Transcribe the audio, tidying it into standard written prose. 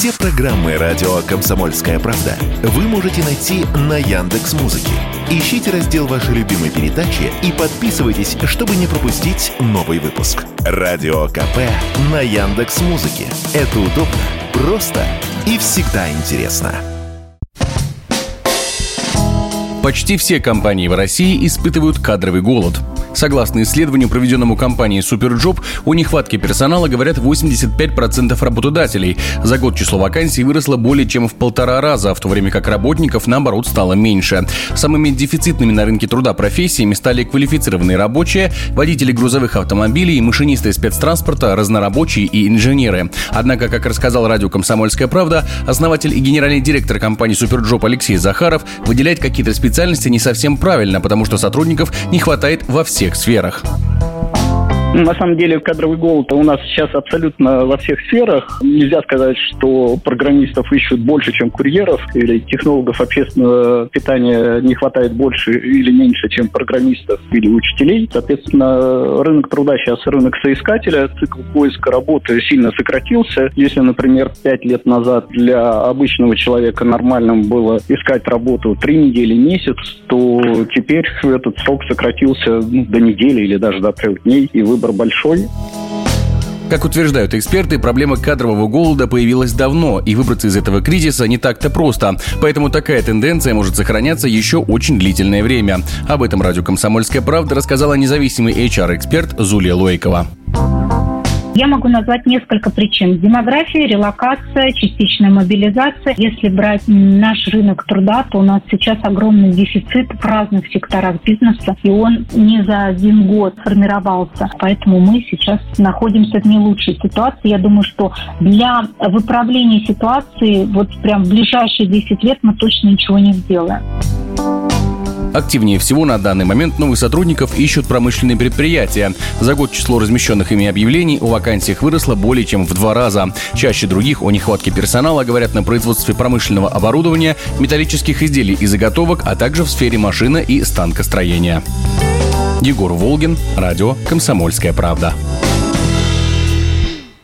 Все программы радио «Комсомольская правда» вы можете найти на Яндекс.Музыке. Ищите раздел вашей любимой передачи и подписывайтесь, чтобы не пропустить новый выпуск. Радио КП на Яндекс.Музыке. Это удобно, просто и всегда интересно. Почти все компании в России испытывают кадровый голод. Согласно исследованию, проведенному компанией Суперджоп, о нехватке персонала говорят 85% работодателей. За год число вакансий выросло более чем в 1,5 раза, в то время как работников, наоборот, стало меньше. Самыми дефицитными на рынке труда профессиями стали квалифицированные рабочие, водители грузовых автомобилей, машинисты спецтранспорта, разнорабочие и инженеры. Однако, как рассказал радио «Комсомольская правда», основатель и генеральный директор компании Суперджоп Алексей Захаров выделяет какие-то специальности не совсем правильно, потому что сотрудников не хватает во всех сферах. На самом деле кадровый голод у нас сейчас абсолютно во всех сферах. Нельзя сказать, что программистов ищут больше, чем курьеров, или технологов общественного питания не хватает больше или меньше, чем программистов или учителей. Соответственно, рынок труда сейчас рынок соискателя, цикл поиска работы сильно сократился. Если, например, 5 лет назад для обычного человека нормальным было искать работу 3 недели, месяц, то теперь этот срок сократился до недели или даже до 3 дней, и выбор большой. Как утверждают эксперты, проблема кадрового голода появилась давно, и выбраться из этого кризиса не так-то просто. Поэтому такая тенденция может сохраняться еще очень длительное время. Об этом радио «Комсомольская правда» рассказала независимый HR-эксперт Зулия Лойкова. Я могу назвать несколько причин. Демография, релокация, частичная мобилизация. Если брать наш рынок труда, то у нас сейчас огромный дефицит в разных секторах бизнеса, и он не за один год формировался. Поэтому мы сейчас находимся в не лучшей ситуации. Я думаю, что для выправления ситуации вот прям в ближайшие 10 лет мы точно ничего не сделаем. Активнее всего на данный момент новых сотрудников ищут промышленные предприятия. За год число размещенных ими объявлений о вакансиях выросло более чем в 2 раза. Чаще других о нехватке персонала говорят на производстве промышленного оборудования, металлических изделий и заготовок, а также в сфере машино- и станкостроения. Егор Волгин, радио «Комсомольская правда».